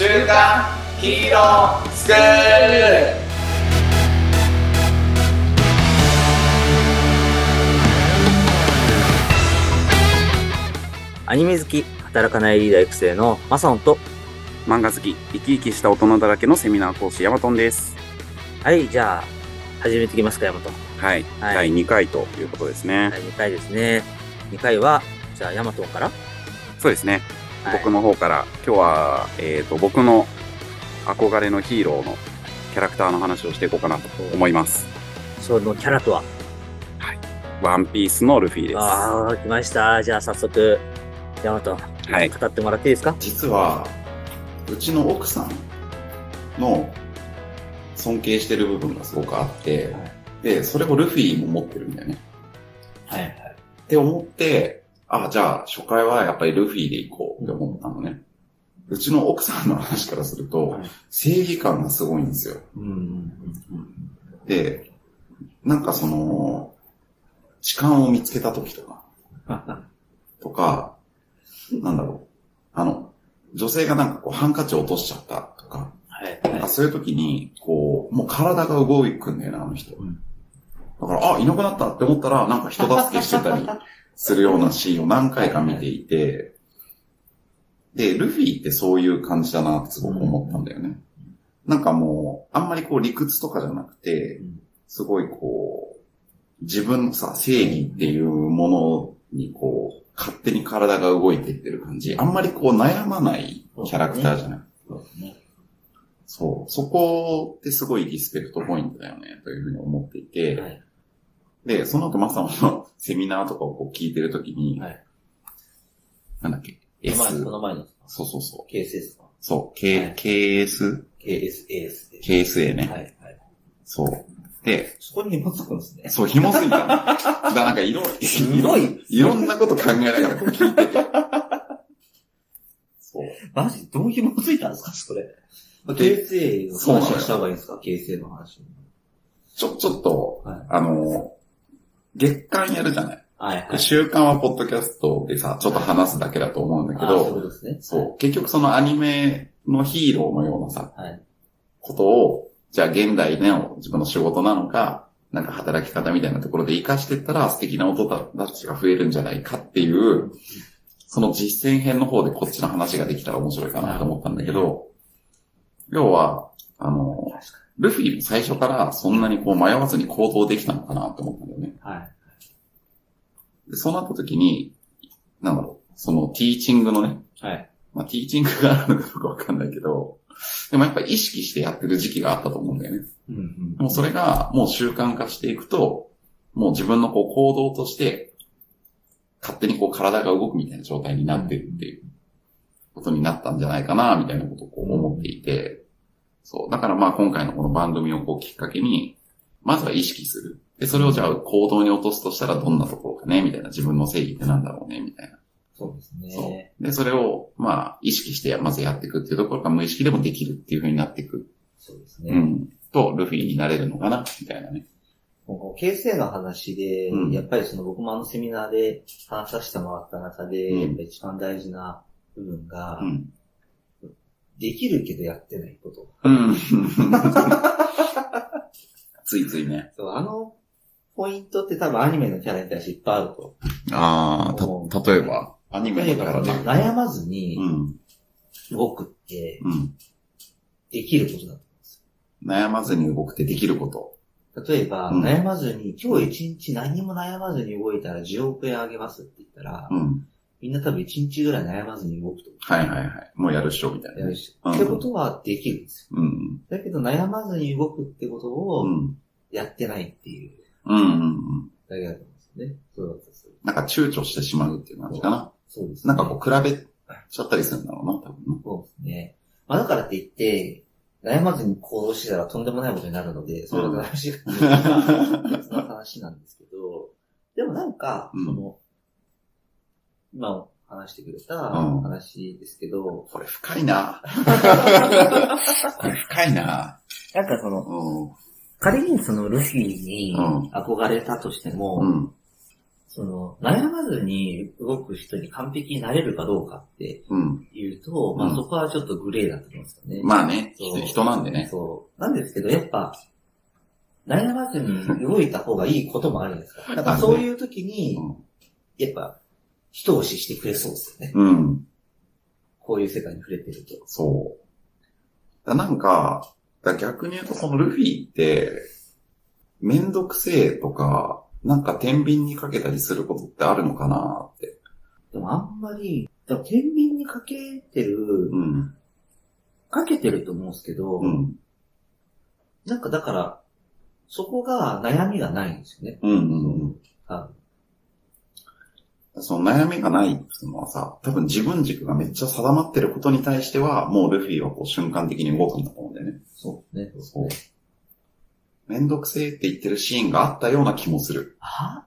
週刊ヒーロースクール。 アニメ好き、働かないリーダー育成のマサオンと、 漫画好き、生き生きした大人だらけのセミナー講師ヤマトンです。 はい、じゃあ始めていきますか、ヤマトン。 はい、第2回ということですね。 第2回ですね。2回はじゃあヤマトンから。 そうですね、 はい、 僕の方から今日は、僕の憧れのヒーローのキャラクターの話をしていこうかなと思います。 そのキャラとは、 はい、ワンピースのルフィです。 ああ、来ました。じゃあ早速ヤマトン、はい、語ってもらっていいですか。 実はうちの奥さんの尊敬してる部分がすごくあって、はい、でそれをルフィも持ってるんだよね。 はいはい。 って思って、じゃあ初回はやっぱりルフィで行こうって思ったのね。うちの奥さんの話からすると、はい、正義感がすごいんですよ。で、なんかその痴漢を見つけた時とかなんだろう、女性がなんかこうハンカチを落としちゃったとか、はいはい、なんかそういう時にこうもう体が動くんだよね、あの人。だからいなくなったって思ったらなんか人助けしてたりするようなシーンを何回か見ていて、でルフィってそういう感じだなってすごく思ったんだよね。なんかもうあんまりこう理屈とかじゃなくて、すごいこう自分のさ正義っていうものにこう勝手に体が動いていってる感じ。あんまりこう悩まないキャラクターじゃない。そう。そこってすごいリスペクトポイントだよね、というふうに思っていて。はい、で、その後マサオのセミナーとかをこう聞いてるときに、はい、なんだっけ S。この前の。 そう。 KSS か。 そう。KS？KSA ね。はい。そう。で、 そこに紐づくんですね。 そう、紐づいた。なんかいろんなこと考えながらこう聞いてて。そう。 マジどう紐づいたんですか、それ。KSA の話をした方がいいんですか、KSA の話。 ちょっと、はい、月間やるじゃない。 はいはい。 週間はポッドキャストでさ、ちょっと話すだけだと思うんだけど、 そうですね。 そう。結局そのアニメのヒーローのようなさ、はい、ことを、じゃあ現代での自分の仕事なのか、なんか働き方みたいなところで活かしていったら素敵な音たちが増えるんじゃないかっていう、その実践編の方でこっちの話ができたら面白いかなと思ったんだけど、要は、ルフィも最初からそんなにこう迷わずに行動できたのかなと思ったんだよね。はい。で、そうなった時に、なんだろう、そのティーチングのね、はい。まあティーチングがあるのかどうかわかんないけど、でもやっぱり意識してやってる時期があったと思うんだよね。もうそれがもう習慣化していくと、もう自分のこう行動として、勝手にこう体が動くみたいな状態になってるっていうことになったんじゃないかな、みたいなことをこう思っていて、そう。だからまあ今回のこの番組をこうきっかけに、まずは意識する。で、それをじゃあ行動に落とすとしたらどんなところかね、みたいな。自分の正義ってなんだろうね、みたいな。 そうですね。 そう。で、それをまあ意識してまずやっていくっていうところが無意識でもできるっていう風になっていく。 そうですね。 と、ルフィになれるのかな、みたいなね。 KSA の話で、やっぱりその僕もセミナーで話させてもらった中で、やっぱり一番大事な部分が、できるけどやってないこと。 ついついね。 そう、ポイントって多分アニメのキャラに対していっぱいあると。 例えば、アニメのキャラで。 悩まずに、動くって、できることだと思うんですよ。悩まずに動くってできること。 例えば、悩まずに、今日一日何も悩まずに動いたら10億円あげますって言ったら、みんな多分一日ぐらい悩まずに動くと。 はい。もうやるっしょ、みたいな。 やるっしょ。ってことはできるんですよ。だけど悩まずに動くってことを、やってないっていう。だけだと思うんですよね。そうだとする。 なんか躊躇してしまうっていう感じかな。 そうですね。 なんかこう比べちゃったりするんだろうな、多分。 そうですね。まあだからって言って、悩まずに行動してたらとんでもないことになるので、それが大事な別の話なんですけど、でもなんか、今話してくれた話ですけど、 これ深いなこれ深いななんか仮にそのルフィに憧れたとしても、悩まずに動く人に完璧になれるかどうかってい言うと、まあそこはちょっとグレーだと思うんですよね。 まあね、人なんでね。 そう。なんですけど、やっぱ、悩まずに動いた方がいいこともあるんですか。だからそういう時に、やっぱ、一押ししてくれそうですよね。 うん。 こういう世界に触れてると。 そう。なんか、逆に言うとこのルフィって、めんどくせえとか、なんか天秤にかけたりすることってあるのかなって。 でもあんまり、天秤にかけてる、かけてると思うんですけど、なんかだから、そこが悩みがないんですよね。 その悩みがないっていうのはさ、多分自分軸がめっちゃ定まってることに対しては、もうルフィはこう瞬間的に動くんだと思うんだよね。 そうですね。 めんどくせえって言ってるシーンがあったような気もする。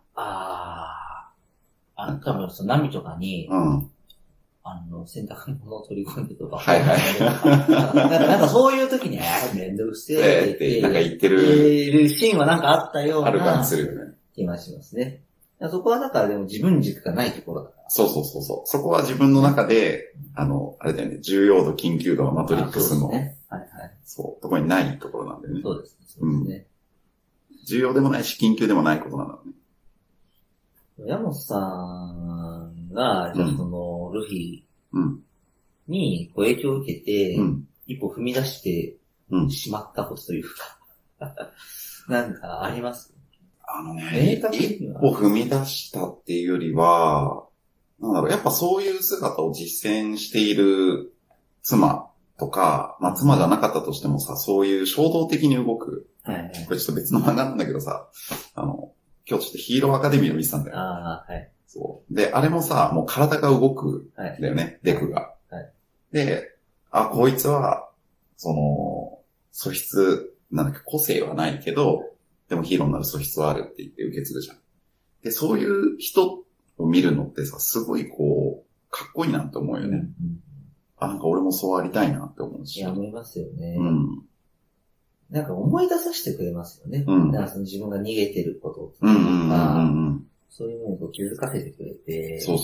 多分その波とかに、洗濯物を取り込んでとか。なんかそういう時に、めんどくせえってなんか言ってるシーンはなんかあったような。 ある感じするよね。 気がしますね。そこはだからでも自分軸がないところだから。 そう。そこは自分の中で、あれだよね、重要度、緊急度のマトリックスの、ところにないところなんだよね。 そうですね。 重要でもないし、緊急でもないことなんだよね。 山本さんが、じゃあその、ルフィにご影響を受けて、一歩踏み出してしまったことというか、なんかあります？ 一歩踏み出したっていうよりは、なんだろう、やっぱそういう姿を実践している妻とか、まあ妻じゃなかったとしてもさ、そういう衝動的に動く。これちょっと別の漫画なんだけどさ、今日ちょっとヒーローアカデミーを見てたんだよ。そう。で、あれもさ、もう体が動くんだよね、デクが。で、こいつは、素質、個性はないけど、でもヒーローになる素質はあるって言って受け継ぐじゃん。で、そういう人を見るのってさ、すごいこう、かっこいいなって思うよね。なんか俺もそうありたいなって思うし。 いや、思いますよね。なんか思い出させてくれますよね。なんかその自分が逃げてることとか、そういうものを気づかせてくれて。 そう。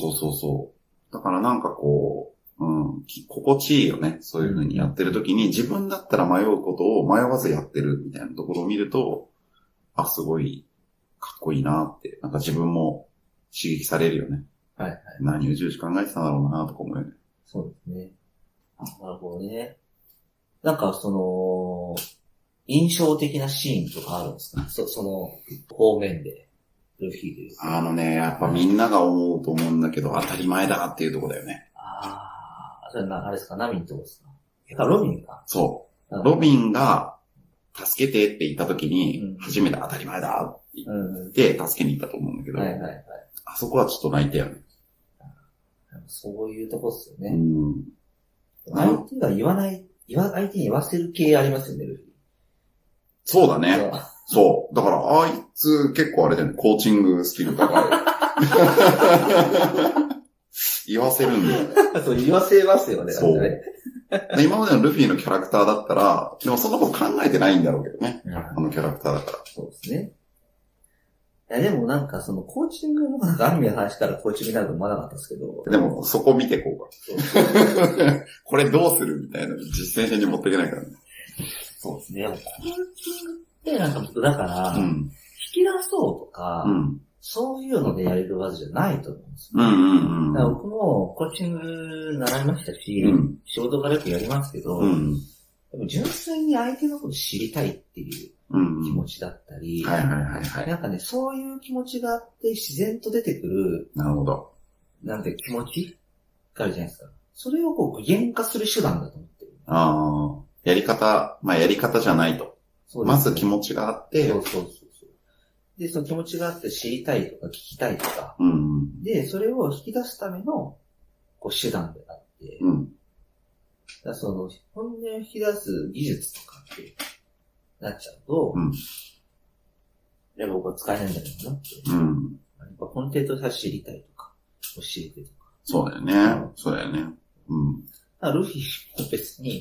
だからなんかこう、心地いいよね。そういう風にやってる時に自分だったら迷うことを迷わずやってるみたいなところを見ると、すごいかっこいいなって、なんか自分も刺激されるよね。何を重視考えてたんだろうなとか思うよね。 そうですね。なるほどね。なんか印象的なシーンとかあるんですか？その方面で、ルフィです。 やっぱみんなが思うと思うんだけど、当たり前だっていうところだよね。 それあれですか？ナミのとこですか？ロビンか。 そう。ロビンが、助けてって言った時に、初めて当たり前だって言って、助けに行ったと思うんだけど、あそこはちょっと泣いたよね。 そういうとこっすよね。相手が言わない、相手に言わせる系ありますよね、ルフィ。 そうだね。そう。だから、あいつ結構あれだよね、コーチングスキル高い。言わせるんだよ。 そう、言わせますよね。 そう。今までのルフィのキャラクターだったら、でもそんなこと考えてないんだろうけどね。あのキャラクターだから。 そうですね。いや、でもなんかコーチングのアニメの話からコーチングになると思わなかったですけど。 でも、そこ見てこうか。これどうするみたいな実践編に持っていけないからね。 そうですね。コーチングってなんかだから、引き出そうとか、そういうのでやれる技じゃないと思うんですよ。だから僕もコーチング習いましたし、仕事からよくやりますけど、でも純粋に相手のこと知りたいっていう気持ちだったり、なんかね、そういう気持ちがあって自然と出てくる、 なるほど。 なんて気持ちがあるじゃないですか。それを具現化する手段だと思ってる。 やり方じゃないと。まず気持ちがあって、 で、その気持ちがあって知りたいとか聞きたいとか、で、それを引き出すための手段であって、だその本音を引き出す技術とかってなっちゃうと、いや僕は使えないんだけどなって。やっぱ根底として知りたいとか、教えてとか。 そうだよね。そうだよね。 ルフィは別に、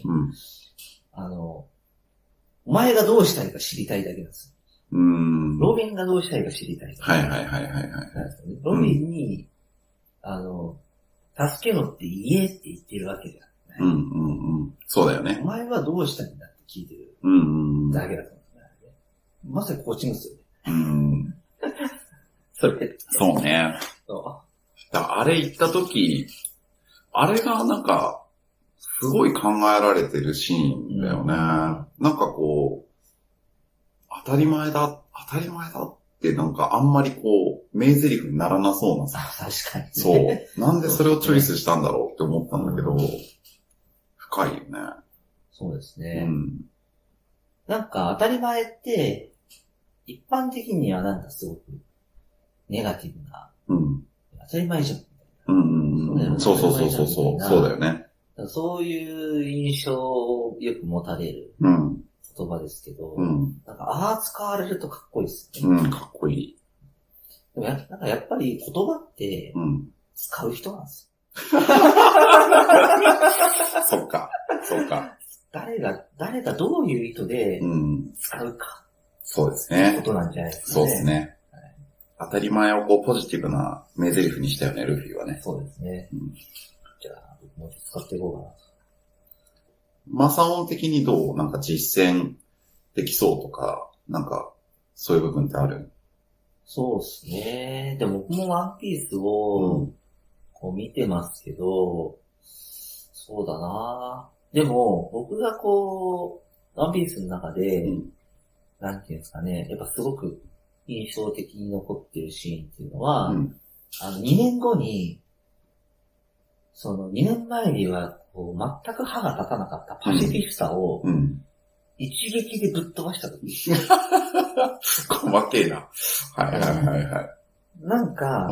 お前がどうしたいか知りたいだけなんですよ。ロビンがどうしたいか知りたい。ロビンに、 助けろって言えって言ってるわけじゃない。 うんうんうん。そうだよね。 お前はどうしたいんだって聞いてるだけだと思うんだよね。まさにコーチングですよね。それ。 そうね。あれ行った時、あれがなんか、すごい考えられてるシーンだよね。なんかこう、当たり前だってなんかあんまりこう、名台詞にならなそうなさ。 確かに、ね。 そう。なんでそれをチョイスしたんだろうって思ったんだけど、深いよね。 そうですね。なんか当たり前って、一般的にはなんかすごくネガティブな。当たり前じゃん。 そうそうだよね。 そういう印象をよく持たれる言葉ですけど、なんか使われるとかっこいいですね。 かっこいい。 でもなんかやっぱり言葉って使う人なんですよ。そっか。 誰がどういう意図で使うか。 そうですね。 ことなんじゃないですかね。 そうですね。当たり前をこうポジティブな名台詞にしたよね、ルフィはね。 そうですね。じゃあ、僕も使っていこうかな。 マサオン的にどう？なんか実践できそうとか、なんか、そういう部分ってある？ そうですね。でも僕もワンピースを、こう見てますけど、そうだな。でも、僕がこう、ワンピースの中で、なんていうんですかね、やっぱすごく印象的に残ってるシーンっていうのは、2年後に、その2年前にはこう全く歯が立たなかったパシフィスタを、一撃でぶっ飛ばしたとき。 細けえな。はい。 なんか、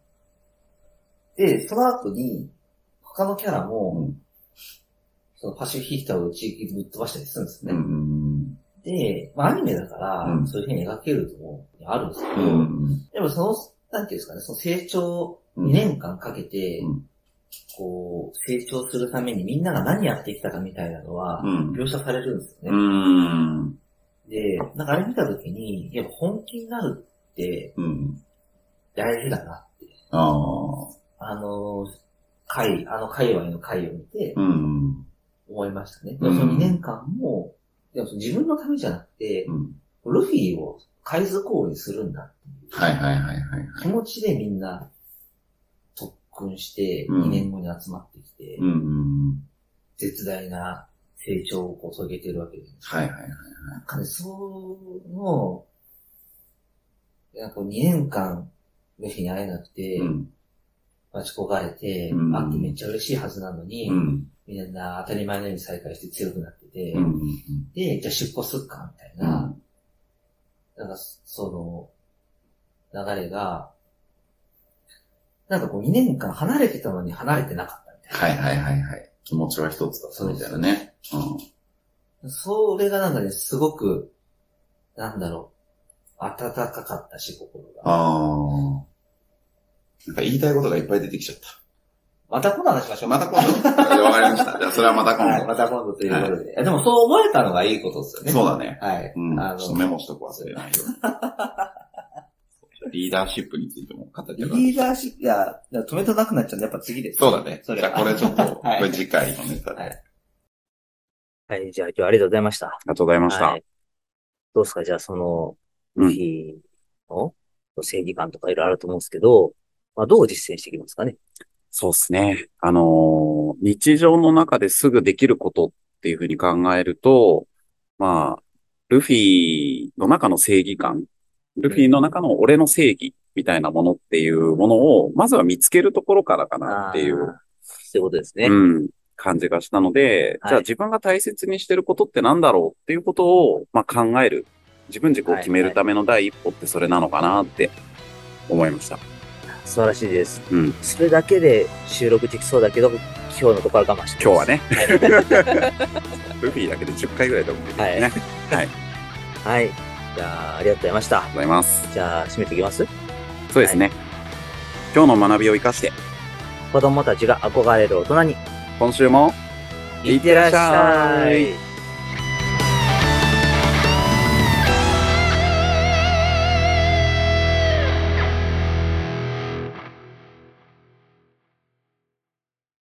で、その後に、他のキャラも、そのパシフィスタを一撃でぶっ飛ばしたりするんですね。で、アニメだから、そういう風に描けるともあるんですけど、でもその、なんていうんですかね、その成長2年間かけて、こう、成長するためにみんなが何やってきたかみたいなのは、描写されるんですよね。で、なんかあれ見たときに、やっぱ本気になるって、大事だなって。界隈の回を見て、思いましたね。その2年間も、でも自分のためじゃなくて、ルフィを海賊王にするんだっていう気持ちでみんな特訓して2年後に集まってきて、絶大な成長を遂げてるわけです。なんかね、なんか2年間ルフィに会えなくて、待ち焦がれて、会ってめっちゃ嬉しいはずなのに、みんな当たり前のように再会して強くなってて、で、じゃあ出航すっかみたいな、なんかその流れが、なんかこう2年間離れてたのに離れてなかったみたいな。 気持ちは一つだったみたいなね。 それがなんかね、すごく、なんだろう、温かかったし、心が。 なんか言いたいことがいっぱい出てきちゃった。 また今度話しましょう。 また今度。わかりました。じゃあそれはまた今度。 また今度ということで。でもそう思えたのがいいことですよね。 そうだね。 ちょっとメモしとく忘れないよ。リーダーシップについても語ってる。 リーダーシップ、いや、止めとなくなっちゃうんで、やっぱ次です。 そうだね。じゃあこれちょっと、これ次回のネタで。 はい、じゃあ今日はありがとうございました。 ありがとうございました。 どうですか、じゃあその、ルフィの正義感とかいろいろあると思うんですけど、どう実践していきますかね。 そうですね。日常の中ですぐできることっていうふうに考えると、ルフィの中の正義感、ルフィの中の俺の正義みたいなものっていうものを、まずは見つけるところからかなっていう。 そういうことですね。 感じがしたので、じゃあ自分が大切にしてることってなんだろうっていうことを、考える。自分軸を決めるための第一歩ってそれなのかなって思いました。 素晴らしいです。それだけで収録できそうだけど、今日のところは我慢して今日はね。ルフィだけで10回ぐらいでも出てるね。 はい。じゃあ、ありがとうございました。 ありがとうございます。 じゃあ、締めていきます？ そうですね。今日の学びを生かして、 子供たちが憧れる大人に、 今週も、 いってらっしゃい。